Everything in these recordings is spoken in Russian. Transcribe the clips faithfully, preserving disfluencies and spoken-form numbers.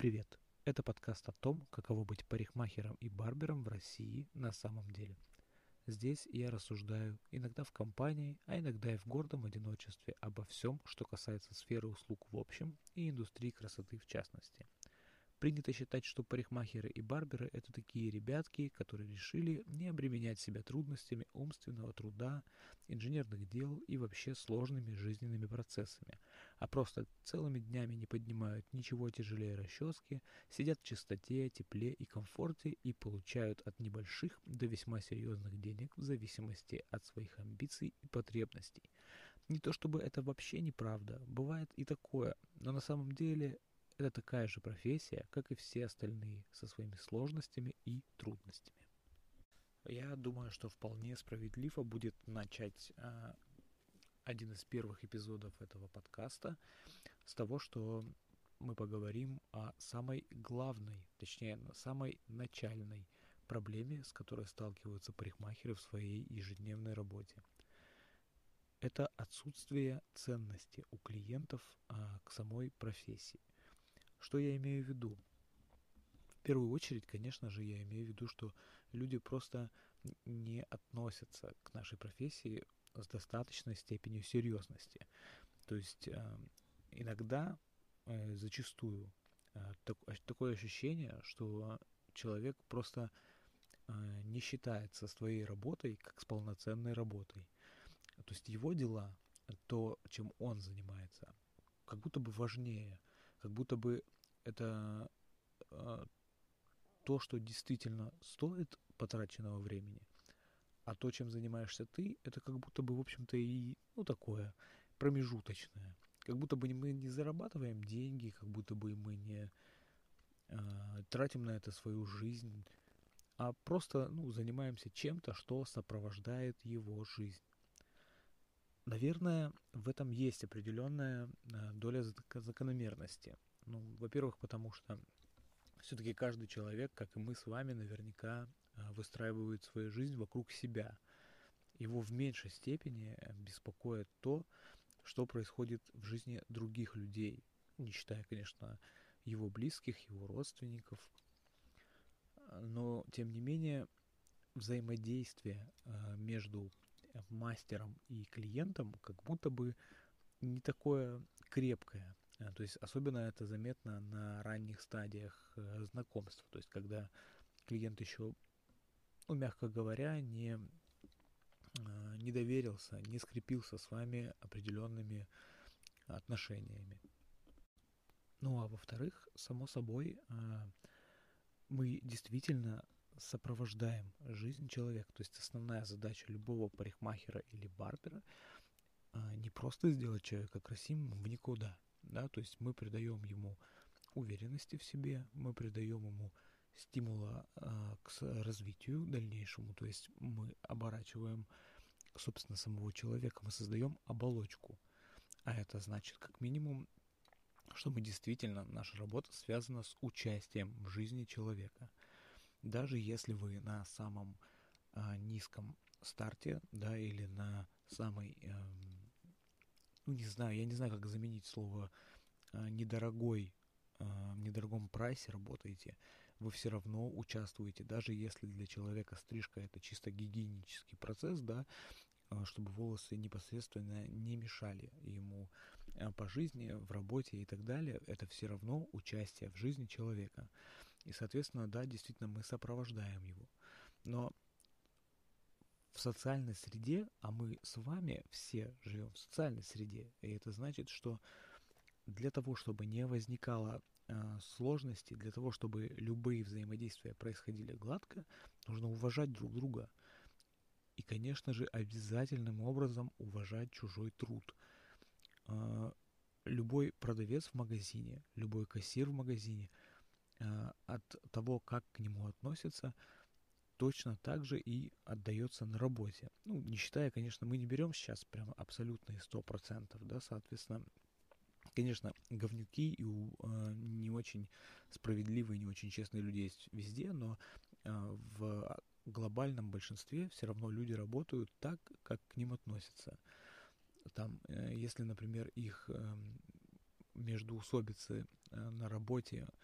Привет! Это подкаст о том, каково быть парикмахером и барбером в России на самом деле. Здесь я рассуждаю иногда в компании, а иногда и в гордом одиночестве обо всем, что касается сферы услуг в общем и индустрии красоты в частности. Принято считать, что парикмахеры и барберы – это такие ребятки, которые решили не обременять себя трудностями умственного труда, инженерных дел и вообще сложными жизненными процессами, а просто целыми днями не поднимают ничего тяжелее расчески, сидят в чистоте, тепле и комфорте и получают от небольших до весьма серьезных денег в зависимости от своих амбиций и потребностей. Не то чтобы это вообще неправда, бывает и такое, но на самом деле это такая же профессия, как и все остальные, со своими сложностями и трудностями. Я думаю, что вполне справедливо будет начать э, один из первых эпизодов этого подкаста с того, что мы поговорим о самой главной, точнее, самой начальной проблеме, с которой сталкиваются парикмахеры в своей ежедневной работе. Это отсутствие ценности у клиентов э, к самой профессии. Что я имею в виду? В первую очередь, конечно же, я имею в виду, что люди просто не относятся к нашей профессии с достаточной степенью серьезности. То есть э, иногда, э, зачастую, э, так, такое ощущение, что человек просто э, не считается своей работой как с полноценной работой. То есть его дела, то, чем он занимается, как будто бы важнее, как будто бы это э, то, что действительно стоит потраченного времени, а то, чем занимаешься ты, это как будто бы, в общем-то, и, ну, такое, промежуточное. Как будто бы мы не зарабатываем деньги, как будто бы мы не э, тратим на это свою жизнь, а просто, ну, занимаемся чем-то, что сопровождает его жизнь. Наверное, в этом есть определенная э, доля закономерности. Ну, во-первых, потому что все-таки каждый человек, как и мы с вами, наверняка выстраивает свою жизнь вокруг себя. Его в меньшей степени беспокоит то, что происходит в жизни других людей, не считая, конечно, его близких, его родственников. Но, тем не менее, взаимодействие между мастером и клиентом как будто бы не такое крепкое. То есть особенно это заметно на ранних стадиях знакомства. То есть когда клиент еще, ну, мягко говоря, не, не доверился, не скрепился с вами определенными отношениями. Ну а во-вторых, само собой, мы действительно сопровождаем жизнь человека. То есть основная задача любого парикмахера или барбера не просто сделать человека красивым в никуда, да, то есть мы придаем ему уверенности в себе, мы придаем ему стимула э, к развитию дальнейшему, то есть мы оборачиваем, собственно, самого человека, мы создаем оболочку, а это значит, как минимум, что мы действительно, наша работа связана с участием в жизни человека. Даже если вы на самом э, низком старте, да, или на самой, э, ну, не знаю, я не знаю, как заменить слово э, недорогой, э, в недорогом прайсе работаете, вы все равно участвуете, даже если для человека стрижка это чисто гигиенический процесс, да, э, чтобы волосы непосредственно не мешали ему э, по жизни, в работе и так далее, это все равно участие в жизни человека. И, соответственно, да, действительно, мы сопровождаем его. Но в социальной среде, а мы с вами все живем в социальной среде, и это значит, что для того, чтобы не возникало э, сложностей, для того, чтобы любые взаимодействия происходили гладко, нужно уважать друг друга. И, конечно же, обязательным образом уважать чужой труд. Э, любой продавец в магазине, любой кассир в магазине, э, от того, как к нему относятся, точно так же и отдается на работе. Ну, не считая, конечно, мы не берем сейчас прям абсолютные сто процентов, да, соответственно, конечно, говнюки и у, э, не очень справедливые, не очень честные люди есть везде, но э, в глобальном большинстве все равно люди работают так, как к ним относятся. Там, э, если, например, их э, междоусобицы э, на работе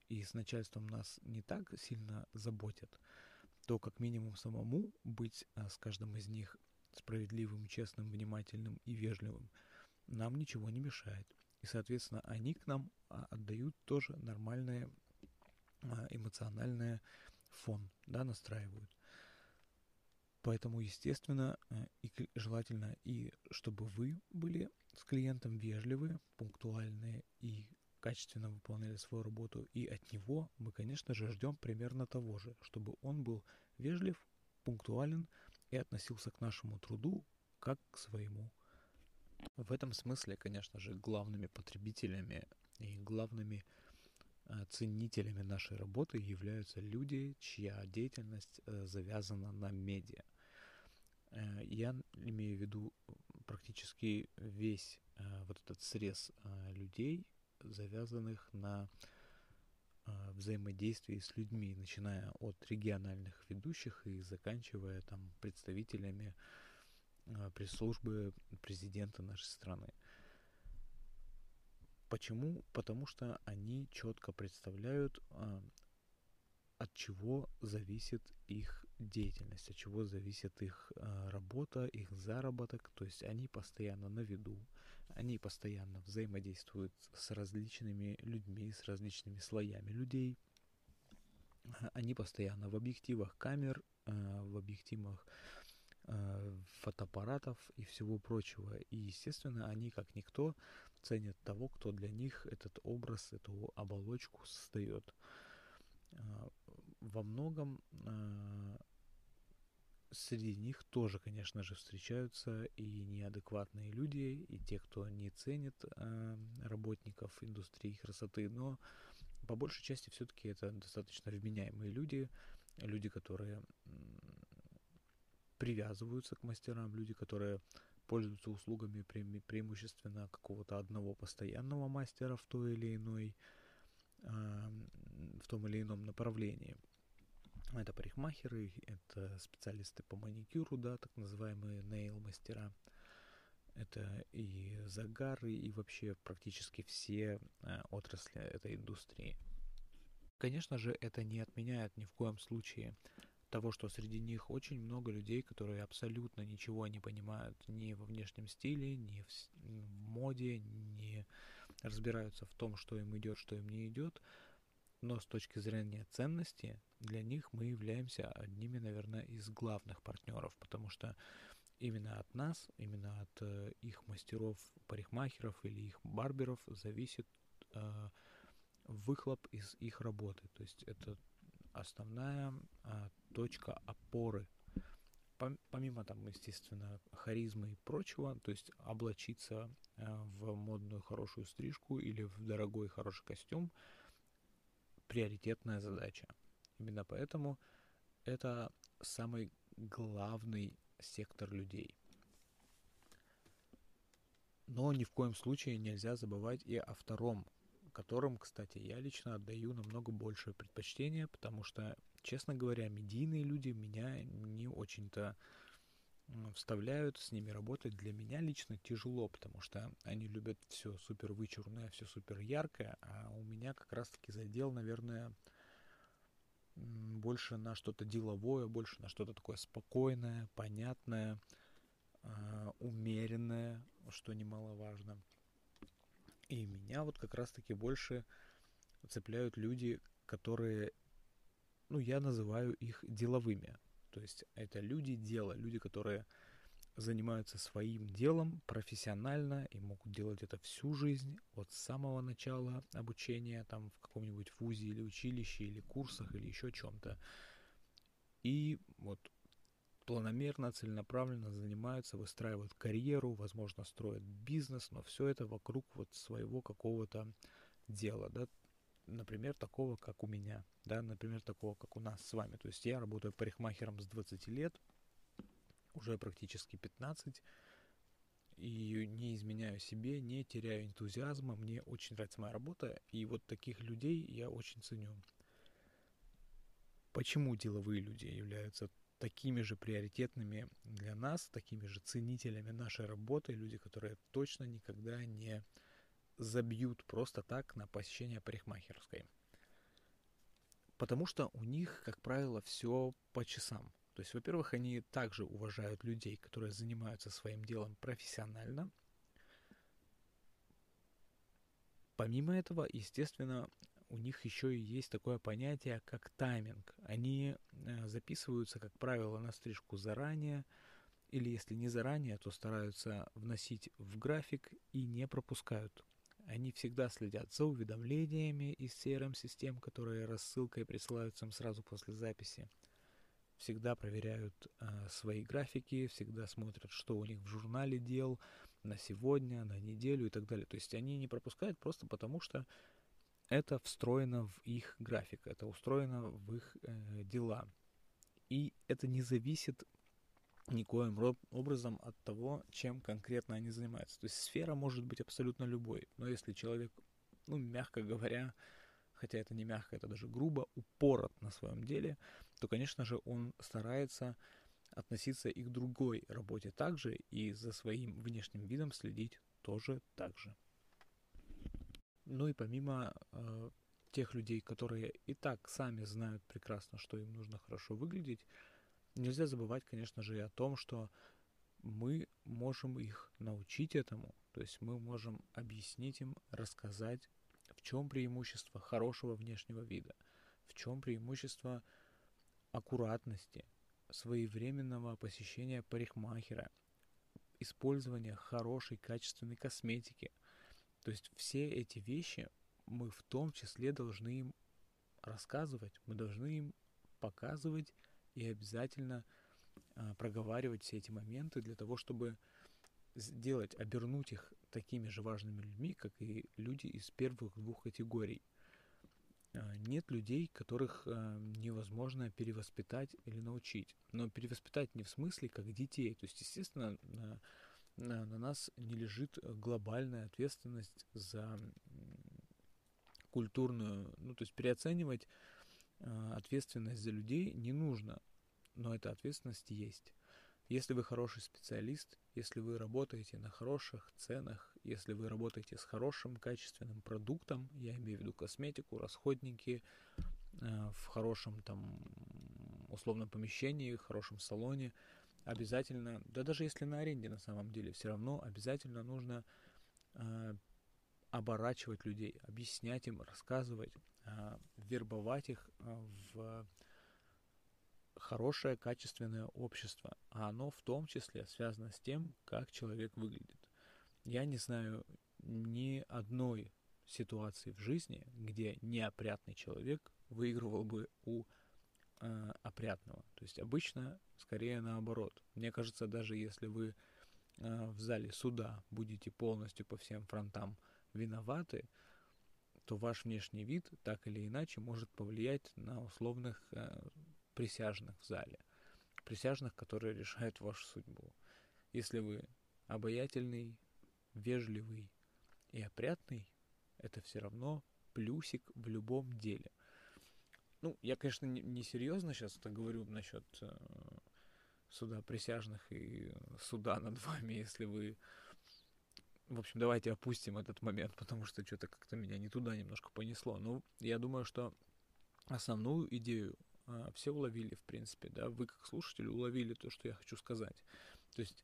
и с начальством нас не так сильно заботят, то как минимум самому быть а, с каждым из них справедливым, честным, внимательным и вежливым нам ничего не мешает. И, соответственно, они к нам а, отдают тоже нормальное а, эмоциональное фон, да, настраивают. Поэтому, естественно, э, и к- желательно и чтобы вы были с клиентом вежливы, пунктуальные и качественно выполняли свою работу. И от него мы, конечно же, ждем примерно того же, чтобы он был вежлив, пунктуален и относился к нашему труду как к своему. В этом смысле, конечно же, главными потребителями и главными э, ценителями нашей работы являются люди, чья деятельность э, завязана на медиа. Э, Я имею в виду практически весь э, вот этот срез э, людей, завязанных на э, взаимодействии с людьми, начиная от региональных ведущих и заканчивая там представителями э, пресс-службы президента нашей страны. Почему? Потому что они четко представляют, э, от чего зависит их деятельность, от чего зависит их э, работа, их заработок. То есть они постоянно на виду, они постоянно взаимодействуют с различными людьми, с различными слоями людей. Э, Они постоянно в объективах камер, э, в объективах э, фотоаппаратов и всего прочего. И, естественно, они, как никто, ценят того, кто для них этот образ, эту оболочку создает. Э, Во многом э, среди них тоже, конечно же, встречаются и неадекватные люди, и те, кто не ценит э, работников индустрии красоты, но по большей части все-таки это достаточно вменяемые люди, люди, которые м, привязываются к мастерам, люди, которые пользуются услугами пре- преимущественно какого-то одного постоянного мастера в той или иной, э, в том или ином направлении. Это парикмахеры, это специалисты по маникюру, да, так называемые нейл-мастера. Это и загары, и вообще практически все э, отрасли этой индустрии. Конечно же, это не отменяет ни в коем случае того, что среди них очень много людей, которые абсолютно ничего не понимают ни во внешнем стиле, ни в, с- в моде, не разбираются в том, что им идет, что им не идет. Но с точки зрения ценности, для них мы являемся одними, наверное, из главных партнеров, потому что именно от нас, именно от э, их мастеров, парикмахеров или их барберов зависит э, выхлоп из их работы. То есть это основная э, точка опоры. Пом- помимо там, естественно, харизмы и прочего, то есть облачиться э, в модную хорошую стрижку или в дорогой хороший костюм, приоритетная задача. Именно поэтому это самый главный сектор людей. Но ни в коем случае нельзя забывать и о втором, которым, кстати, я лично отдаю намного большее предпочтение, потому что, честно говоря, медийные люди меня не очень-то м, вставляют, с ними работать для меня лично тяжело, потому что они любят все супер вычурное, все супер яркое, а у меня как раз-таки задел, наверное, м, больше на что-то деловое, больше на что-то такое спокойное, понятное, а, умеренное, что немаловажно. И меня вот как раз-таки больше цепляют люди, которые, ну, я называю их деловыми. То есть это люди дела, люди, которые занимаются своим делом профессионально и могут делать это всю жизнь, от самого начала обучения, там в каком-нибудь вузе или училище, или курсах, или еще чем-то. И вот планомерно, целенаправленно занимаются, выстраивают карьеру, возможно, строят бизнес, но все это вокруг вот своего какого-то дела, да, например, такого, как у меня, да, например, такого, как у нас с вами. То есть я работаю парикмахером с двадцати лет, уже практически пятнадцать, и не изменяю себе, не теряю энтузиазма, мне очень нравится моя работа, и вот таких людей я очень ценю. Почему деловые люди являются такими же приоритетными для нас, такими же ценителями нашей работы, люди, которые точно никогда не забьют просто так на посещение парикмахерской? Потому что у них, как правило, все по часам. То есть, во-первых, они также уважают людей, которые занимаются своим делом профессионально. Помимо этого, естественно, у них еще и есть такое понятие, как тайминг. Они э, записываются, как правило, на стрижку заранее, или если не заранее, то стараются вносить в график и не пропускают. Они всегда следят за уведомлениями из си ар эм-систем, которые рассылкой присылаются им сразу после записи. Всегда проверяют э, свои графики, всегда смотрят, что у них в журнале дел на сегодня, на неделю и так далее. То есть они не пропускают просто потому, что это встроено в их график, это устроено в их э, дела. И это не зависит никоим образом от того, чем конкретно они занимаются. То есть сфера может быть абсолютно любой, но если человек, ну, мягко говоря, хотя это не мягко, это даже грубо, упорот на своем деле, то, конечно же, он старается относиться и к другой работе также, и за своим внешним видом следить тоже так же. Ну и помимо э, тех людей, которые и так сами знают прекрасно, что им нужно хорошо выглядеть, нельзя забывать, конечно же, и о том, что мы можем их научить этому, то есть мы можем объяснить им, рассказать, в чем преимущество хорошего внешнего вида, в чем преимущество аккуратности, своевременного посещения парикмахера, использования хорошей качественной косметики. То есть все эти вещи мы в том числе должны им рассказывать, мы должны им показывать и обязательно а, проговаривать все эти моменты для того, чтобы сделать, обернуть их такими же важными людьми, как и люди из первых двух категорий. А, нет людей, которых а, невозможно перевоспитать или научить. Но перевоспитать не в смысле как детей. То есть, естественно, на, на, на нас не лежит глобальная ответственность за культурную, ну, то есть переоценивать э, ответственность за людей не нужно, но эта ответственность есть. Если вы хороший специалист, если вы работаете на хороших ценах, если вы работаете с хорошим качественным продуктом, я имею в виду косметику, расходники, э, в хорошем там условном помещении, в хорошем салоне, обязательно, да даже если на аренде на самом деле, все равно обязательно нужно э, оборачивать людей, объяснять им, рассказывать, э, вербовать их э, в хорошее, качественное общество. А оно в том числе связано с тем, как человек выглядит. Я не знаю ни одной ситуации в жизни, где неопрятный человек выигрывал бы у э, опрятного. То есть обычно скорее наоборот. Мне кажется, даже если вы э, в зале суда будете полностью по всем фронтам виноваты, то ваш внешний вид так или иначе может повлиять на условных э, присяжных в зале. Присяжных, которые решают вашу судьбу. Если вы обаятельный, вежливый и опрятный, это все равно плюсик в любом деле. Ну, я, конечно, не, не серьезно сейчас это говорю насчет э, суда присяжных и суда над вами, если вы... В общем, давайте опустим этот момент, потому что что-то как-то меня не туда немножко понесло. Ну, я думаю, что основную идею э, все уловили, в принципе, да, вы как слушатель уловили то, что я хочу сказать. То есть,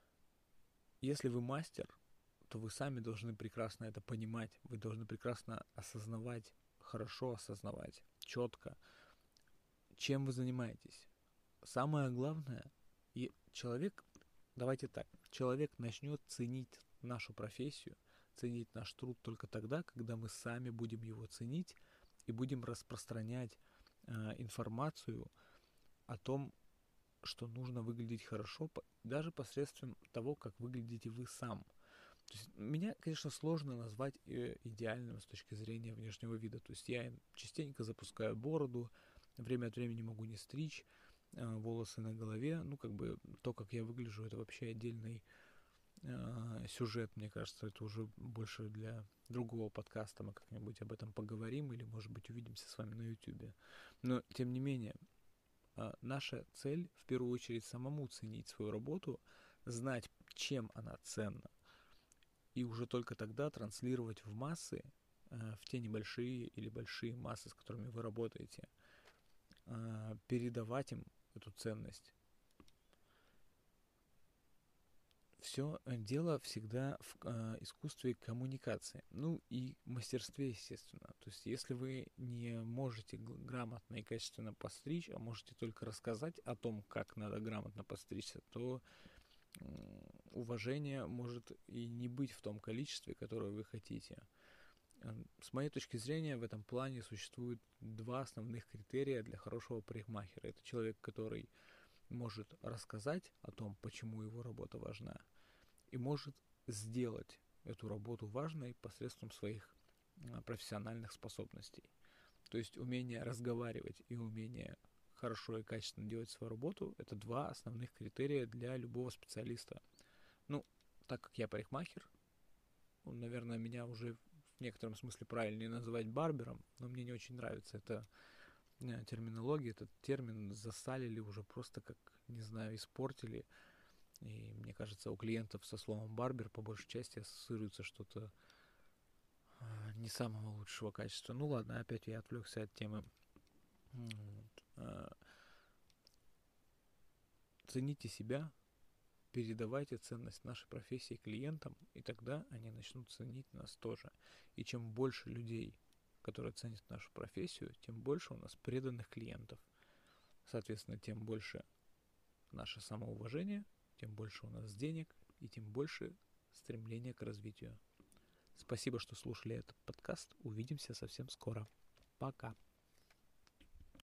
если вы мастер, то вы сами должны прекрасно это понимать, вы должны прекрасно осознавать, хорошо осознавать, четко, чем вы занимаетесь. Самое главное, и человек, давайте так, человек начнет ценить нашу профессию, ценить наш труд только тогда, когда мы сами будем его ценить и будем распространять э, информацию о том, что нужно выглядеть хорошо, даже посредством того, как выглядите вы сам. То есть меня, конечно, сложно назвать идеальным с точки зрения внешнего вида. То есть я частенько запускаю бороду, время от времени могу не стричь, волосы на голове. Ну, как бы то, как я выгляжу, это вообще отдельный э, сюжет, мне кажется. Это уже больше для другого подкаста. Мы как-нибудь об этом поговорим или, может быть, увидимся с вами на ютубе. Но, тем не менее, э, наша цель, в первую очередь, самому ценить свою работу, знать, чем она ценна, и уже только тогда транслировать в массы, в те небольшие или большие массы, с которыми вы работаете, э, передавать им эту ценность. Все дело всегда в э, искусстве коммуникации, ну и мастерстве, естественно. То есть, если вы не можете грамотно и качественно постричь, а можете только рассказать о том, как надо грамотно постричься, то э, уважения может и не быть в том количестве, которое вы хотите. С моей точки зрения, в этом плане существует два основных критерия для хорошего парикмахера. Это человек, который может рассказать о том, почему его работа важна, и может сделать эту работу важной посредством своих профессиональных способностей. То есть умение разговаривать и умение хорошо и качественно делать свою работу – это два основных критерия для любого специалиста. Ну, так как я парикмахер, наверное, меня уже в некотором смысле правильнее называть барбером, но мне не очень нравится эта терминология, этот термин засалили уже просто как, не знаю, испортили. И мне кажется, у клиентов со словом барбер по большей части ассоциируется что-то э, не самого лучшего качества. Ну ладно, опять я отвлекся от темы. Вот. Э, цените себя, передавайте ценность нашей профессии клиентам, и тогда они начнут ценить нас тоже. И чем больше людей, которые ценят нашу профессию, тем больше у нас преданных клиентов. Соответственно, тем больше наше самоуважение, тем больше у нас денег, и тем больше стремления к развитию. Спасибо, что слушали этот подкаст. Увидимся совсем скоро. Пока.